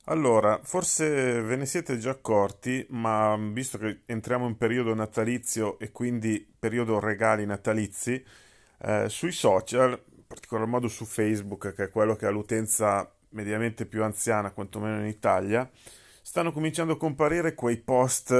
Allora, forse ve ne siete già accorti, ma visto che entriamo in periodo natalizio e quindi periodo regali natalizi, sui social, in particolar modo su Facebook, che è quello che ha l'utenza mediamente più anziana, quantomeno in Italia, stanno cominciando a comparire quei post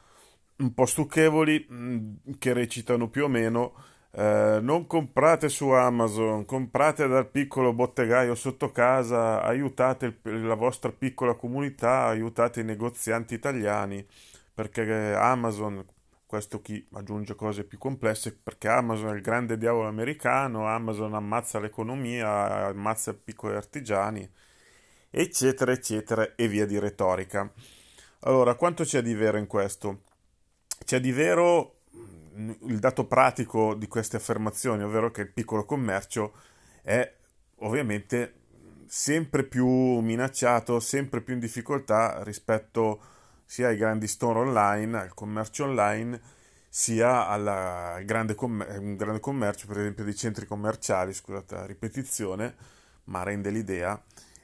un po' stucchevoli, che recitano più o meno non comprate su Amazon, comprate dal piccolo bottegaio sotto casa, aiutate la vostra piccola comunità, aiutate i negozianti italiani, perché Amazon, questo chi aggiunge cose più complesse, perché Amazon è il grande diavolo americano, Amazon ammazza l'economia, ammazza i piccoli artigiani, eccetera, eccetera, e via di retorica. Allora, quanto c'è di vero in questo? C'è di vero il dato pratico di queste affermazioni, ovvero che il piccolo commercio è ovviamente sempre più minacciato, sempre più in difficoltà rispetto sia ai grandi store online, al commercio online, sia al grande commercio, per esempio dei centri commerciali, scusate la ripetizione, ma rende l'idea.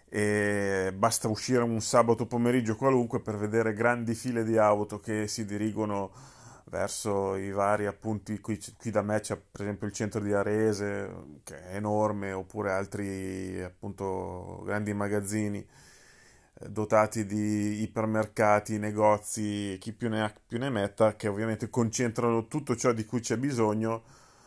E basta uscire un sabato pomeriggio qualunque per vedere grandi file di auto che si dirigono verso i vari appunti. Qui da me c'è per esempio il centro di Arese, che è enorme, oppure altri appunto grandi magazzini dotati di ipermercati, negozi, chi più ne ha più ne metta, che ovviamente concentrano tutto ciò di cui c'è bisogno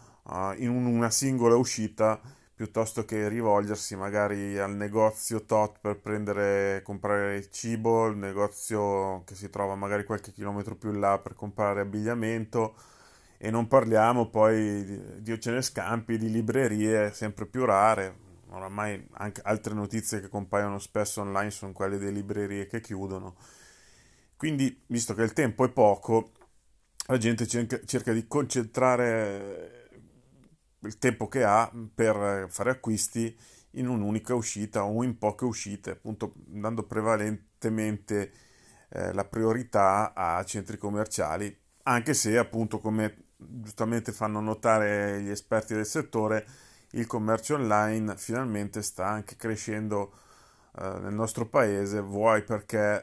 in una singola uscita, piuttosto che rivolgersi magari al negozio tot per comprare il cibo, il negozio che si trova magari qualche chilometro più in là per comprare abbigliamento. E non parliamo poi, Dio ce ne scampi, di librerie sempre più rare. Oramai anche altre notizie che compaiono spesso online sono quelle delle librerie che chiudono. Quindi, visto che il tempo è poco, la gente cerca di concentrare il tempo che ha per fare acquisti in un'unica uscita o in poche uscite, appunto dando prevalentemente la priorità a centri commerciali, anche se appunto come giustamente fanno notare gli esperti del settore, il commercio online finalmente sta anche crescendo nel nostro paese, vuoi perché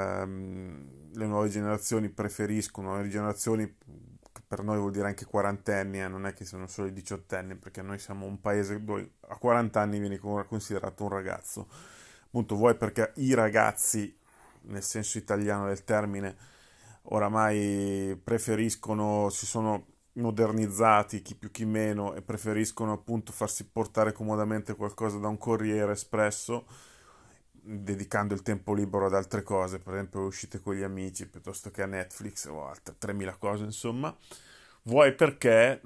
le nuove generazioni preferiscono, nuove generazioni che per noi vuol dire anche quarantenni, non è che sono solo i diciottenni, perché noi siamo un paese dove a 40 anni vieni considerato un ragazzo. Appunto, vuoi perché i ragazzi, nel senso italiano del termine, oramai preferiscono, si sono modernizzati, chi più chi meno, e preferiscono appunto farsi portare comodamente qualcosa da un corriere espresso, dedicando il tempo libero ad altre cose, per esempio uscite con gli amici, piuttosto che a Netflix o altre 3000 cose, insomma. Vuoi perché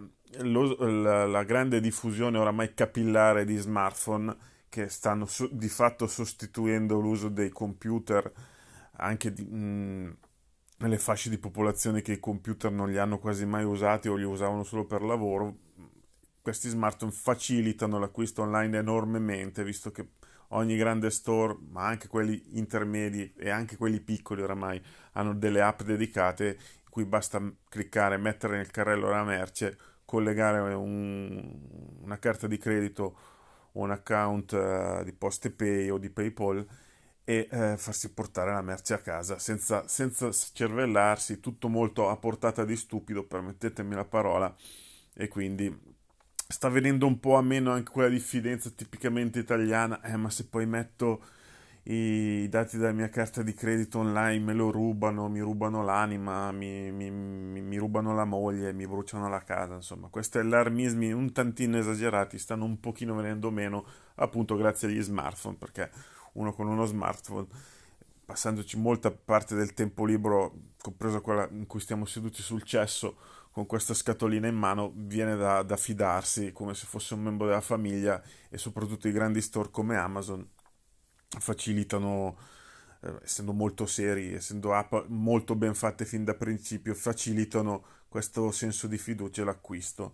la grande diffusione oramai capillare di smartphone che stanno di fatto sostituendo l'uso dei computer anche nelle fasce di popolazione che i computer non li hanno quasi mai usati o li usavano solo per lavoro. Questi smartphone facilitano l'acquisto online enormemente, visto che ogni grande store, ma anche quelli intermedi e anche quelli piccoli oramai, hanno delle app dedicate in cui basta cliccare, mettere nel carrello la merce, collegare una carta di credito o un account di PostePay o di PayPal e farsi portare la merce a casa senza cervellarsi, tutto molto a portata di stupido, permettetemi la parola, e quindi sta venendo un po' a meno anche quella diffidenza tipicamente italiana, ma se poi metto i dati della mia carta di credito online me lo rubano, mi rubano l'anima, mi rubano la moglie, mi bruciano la casa, insomma, questi allarmismi un tantino esagerati stanno un pochino venendo meno appunto grazie agli smartphone, perché uno con uno smartphone, passandoci molta parte del tempo libero, compreso quella in cui stiamo seduti sul cesso, con questa scatolina in mano, viene da fidarsi come se fosse un membro della famiglia, e soprattutto i grandi store come Amazon facilitano, essendo molto seri, essendo app molto ben fatte fin da principio, facilitano questo senso di fiducia e l'acquisto.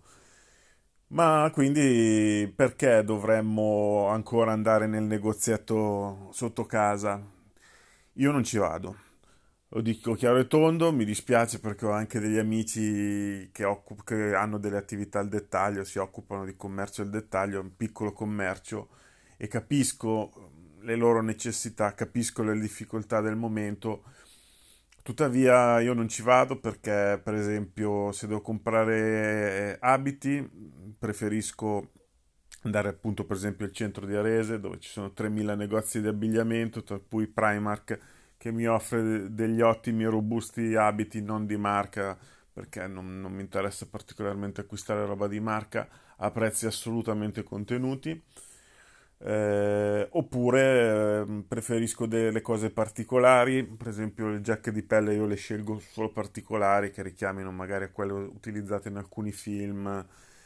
Ma quindi perché dovremmo ancora andare nel negozietto sotto casa? Io non ci vado. Lo dico chiaro e tondo, mi dispiace perché ho anche degli amici che hanno delle attività al dettaglio, si occupano di commercio al dettaglio, un piccolo commercio, e capisco le loro necessità, capisco le difficoltà del momento. Tuttavia io non ci vado perché, per esempio, se devo comprare abiti, preferisco andare appunto per esempio al centro di Arese dove ci sono 3000 negozi di abbigliamento, tra cui Primark, che mi offre degli ottimi e robusti abiti non di marca, perché non mi interessa particolarmente acquistare roba di marca a prezzi assolutamente contenuti. Oppure preferisco delle cose particolari, per esempio le giacche di pelle io le scelgo solo particolari che richiamino magari a quelle utilizzate in alcuni film,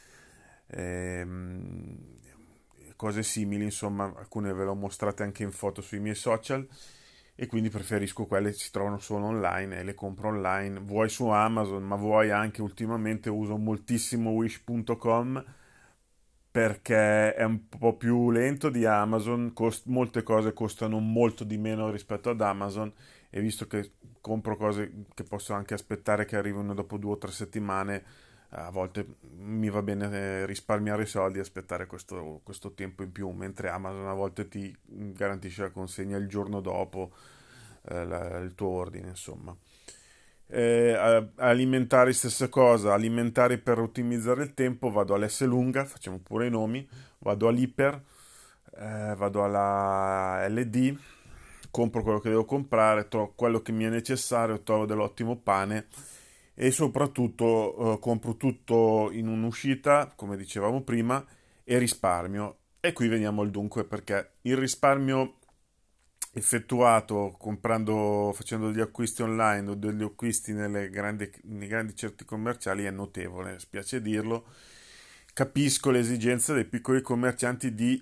ehm, cose simili, insomma, alcune ve le ho mostrate anche in foto sui miei social e quindi preferisco quelle che si trovano solo online e le compro online, vuoi su Amazon, ma vuoi anche ultimamente uso moltissimo wish.com perché è un po' più lento di Amazon, molte cose costano molto di meno rispetto ad Amazon e visto che compro cose che posso anche aspettare che arrivino dopo 2 o 3 settimane, a volte mi va bene risparmiare soldi e aspettare questo tempo in più, mentre Amazon a volte ti garantisce la consegna il giorno dopo il tuo ordine, insomma. Alimentari stessa cosa, alimentari per ottimizzare il tempo, vado all'S lunga, facciamo pure i nomi, vado all'Iper, vado alla LD, compro quello che devo comprare, trovo quello che mi è necessario, trovo dell'ottimo pane e soprattutto compro tutto in un'uscita, come dicevamo prima, e risparmio. E qui veniamo al dunque perché il risparmio effettuato comprando, facendo degli acquisti online o degli acquisti nei grandi centri commerciali è notevole, spiace dirlo. Capisco l'esigenza dei piccoli commercianti di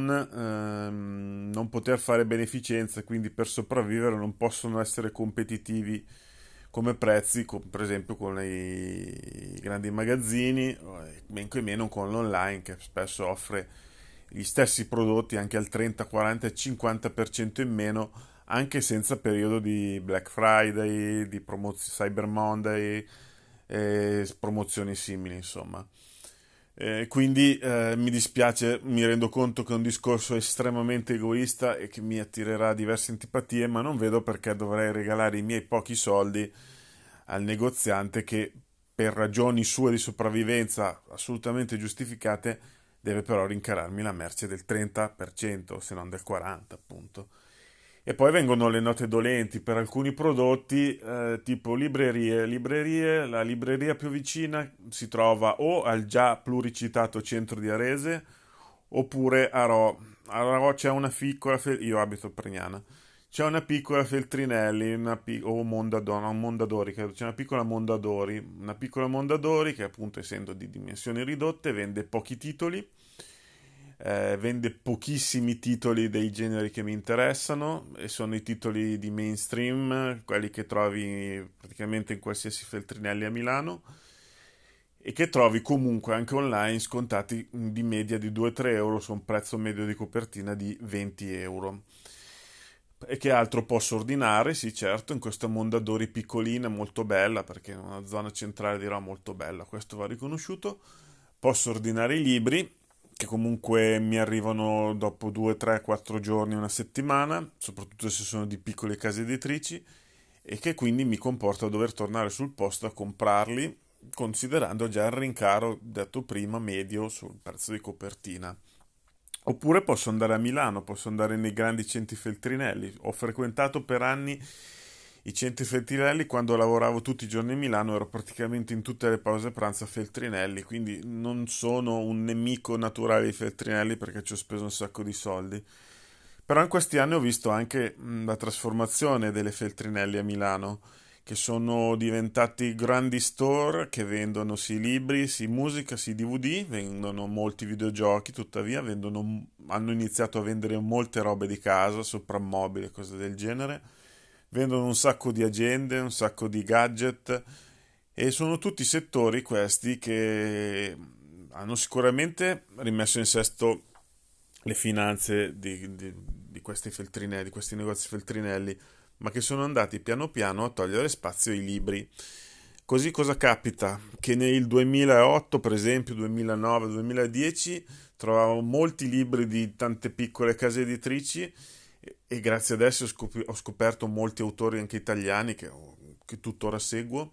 non poter fare beneficenza, quindi per sopravvivere non possono essere competitivi come prezzi, per esempio con i grandi magazzini, men che meno con l'online che spesso offre gli stessi prodotti anche al 30, 40 e 50% in meno, anche senza periodo di Black Friday, di Cyber Monday e promozioni simili, insomma. Quindi mi dispiace, mi rendo conto che è un discorso estremamente egoista e che mi attirerà diverse antipatie, ma non vedo perché dovrei regalare i miei pochi soldi al negoziante che per ragioni sue di sopravvivenza assolutamente giustificate deve però rincararmi la merce del 30%, se non del 40%, appunto. E poi vengono le note dolenti per alcuni prodotti, tipo librerie. Librerie, la libreria più vicina si trova o al già pluricitato centro di Arese, oppure a Rho. A Rho c'è una piccola, io abito a Pregnana, c'è una piccola Feltrinelli, o Mondadori, no, Mondadori, credo, c'è una piccola Mondadori che appunto essendo di dimensioni ridotte vende pochi titoli, vende pochissimi titoli dei generi che mi interessano e sono i titoli di mainstream, quelli che trovi praticamente in qualsiasi Feltrinelli a Milano e che trovi comunque anche online scontati di media di 2-3 euro su un prezzo medio di copertina di 20 euro. E che altro posso ordinare? Sì, certo, in questa Mondadori piccolina, molto bella, perché è una zona centrale di Roma molto bella, questo va riconosciuto. Posso ordinare i libri, che comunque mi arrivano dopo 2, 3, 4 giorni, una settimana, soprattutto se sono di piccole case editrici, e che quindi mi comporta dover tornare sul posto a comprarli, considerando già il rincaro, detto prima, medio sul prezzo di copertina. Oppure posso andare a Milano, posso andare nei grandi centri Feltrinelli. Ho frequentato per anni i centri Feltrinelli quando lavoravo tutti i giorni a Milano, ero praticamente in tutte le pause pranzo a Feltrinelli, quindi non sono un nemico naturale di Feltrinelli perché ci ho speso un sacco di soldi. Però in questi anni ho visto anche la trasformazione delle Feltrinelli a Milano, che sono diventati grandi store che vendono sì libri, sì musica, sì DVD, vendono molti videogiochi, tuttavia hanno iniziato a vendere molte robe di casa, soprammobili, cose del genere, vendono un sacco di agende, un sacco di gadget e sono tutti settori questi che hanno sicuramente rimesso in sesto le finanze di questi feltrinelli, di questi negozi feltrinelli, ma che sono andati piano piano a togliere spazio ai libri. Così cosa capita? Che nel 2008, per esempio, 2009, 2010, trovavo molti libri di tante piccole case editrici e grazie ad essi ho scoperto molti autori anche italiani che tuttora seguo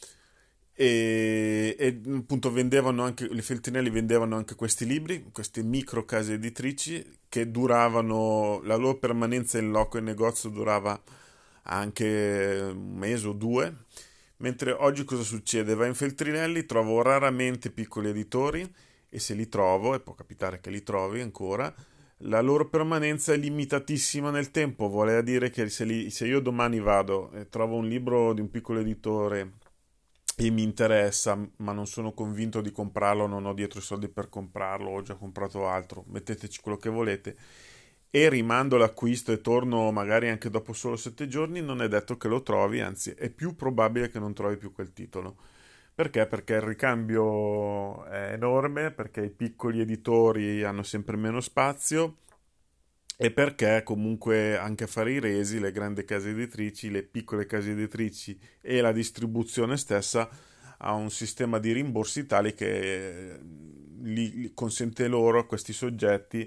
e appunto vendevano anche, le Feltrinelli vendevano anche questi libri, queste micro case editrici che duravano, la loro permanenza in loco in negozio durava anche un mese o due, mentre oggi cosa succede? Vai in Feltrinelli, trovo raramente piccoli editori e se li trovo, e può capitare che li trovi ancora, la loro permanenza è limitatissima nel tempo, vuol dire che se io domani vado e trovo un libro di un piccolo editore e mi interessa, ma non sono convinto di comprarlo, non ho dietro i soldi per comprarlo, ho già comprato altro, metteteci quello che volete, e rimando l'acquisto e torno magari anche dopo solo 7 giorni, non è detto che lo trovi, anzi è più probabile che non trovi più quel titolo. Perché? Perché il ricambio è enorme, perché i piccoli editori hanno sempre meno spazio e perché comunque anche a fare i resi, le grandi case editrici, le piccole case editrici e la distribuzione stessa ha un sistema di rimborsi tali che li consente loro, a questi soggetti,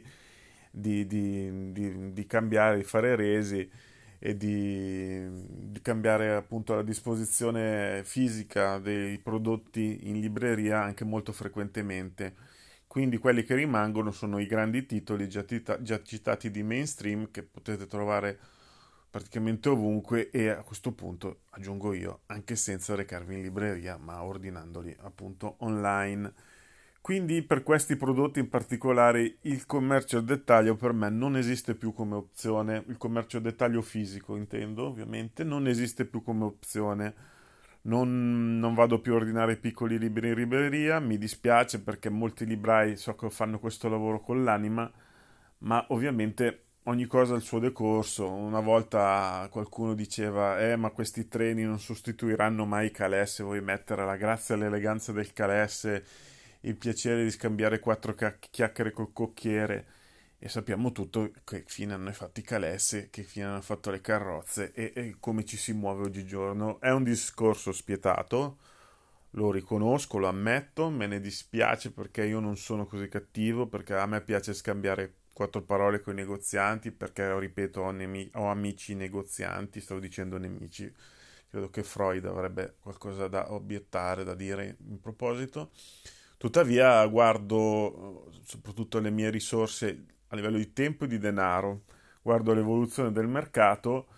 di cambiare, di fare resi e di cambiare appunto la disposizione fisica dei prodotti in libreria anche molto frequentemente. Quindi quelli che rimangono sono i grandi titoli già citati di mainstream che potete trovare praticamente ovunque e a questo punto aggiungo io anche senza recarvi in libreria ma ordinandoli appunto online. Quindi per questi prodotti in particolare il commercio al dettaglio per me non esiste più come opzione, il commercio al dettaglio fisico intendo ovviamente, non esiste più come opzione. Non vado più a ordinare piccoli libri in libreria, mi dispiace perché molti librai so che fanno questo lavoro con l'anima, ma ovviamente ogni cosa ha il suo decorso. Una volta qualcuno diceva, ma questi treni non sostituiranno mai i calesse, vuoi mettere la grazia e l'eleganza del calesse, il piacere di scambiare quattro chiacchiere col cocchiere. E sappiamo tutto che fine hanno fatto i calesse, che fine hanno fatto le carrozze e come ci si muove oggigiorno. È un discorso spietato, lo riconosco, lo ammetto, me ne dispiace perché io non sono così cattivo, perché a me piace scambiare quattro parole con i negozianti, perché, ripeto, ho amici negozianti, stavo dicendo nemici, credo che Freud avrebbe qualcosa da obiettare, da dire in proposito. Tuttavia guardo soprattutto le mie risorse a livello di tempo e di denaro, guardo l'evoluzione del mercato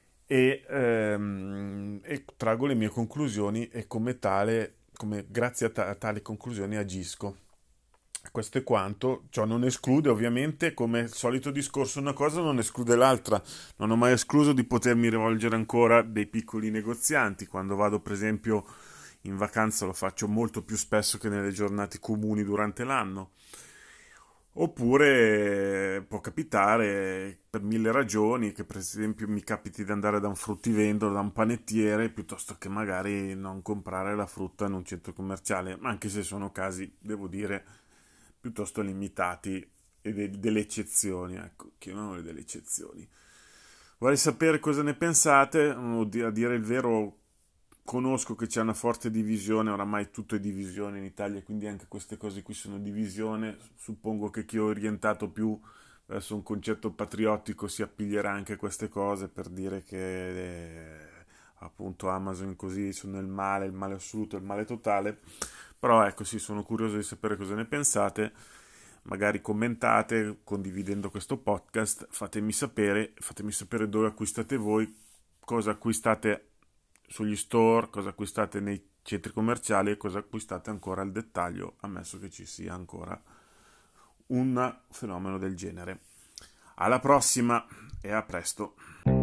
e traggo le mie conclusioni e come tale, grazie a tali conclusioni agisco. Questo è quanto, ciò non esclude ovviamente, come solito discorso, una cosa non esclude l'altra. Non ho mai escluso di potermi rivolgere ancora a dei piccoli negozianti. Quando vado, per esempio, in vacanza lo faccio molto più spesso che nelle giornate comuni durante l'anno. Oppure può capitare per mille ragioni che per esempio mi capiti di andare da un fruttivendolo, da un panettiere, piuttosto che magari non comprare la frutta in un centro commerciale, anche se sono casi, devo dire, piuttosto limitati e delle eccezioni, ecco, chiamiamole delle eccezioni. Vorrei sapere cosa ne pensate, a dire il vero conosco che c'è una forte divisione, oramai tutto è divisione in Italia, quindi anche queste cose qui sono divisione. Suppongo che chi è orientato più verso un concetto patriottico si appiglierà anche a queste cose per dire che appunto Amazon così sono il male assoluto, il male totale. Però ecco, sì, sono curioso di sapere cosa ne pensate. Magari commentate condividendo questo podcast, fatemi sapere dove acquistate voi, cosa acquistate sugli store, cosa acquistate nei centri commerciali e cosa acquistate ancora al dettaglio, ammesso che ci sia ancora un fenomeno del genere. Alla prossima e a presto!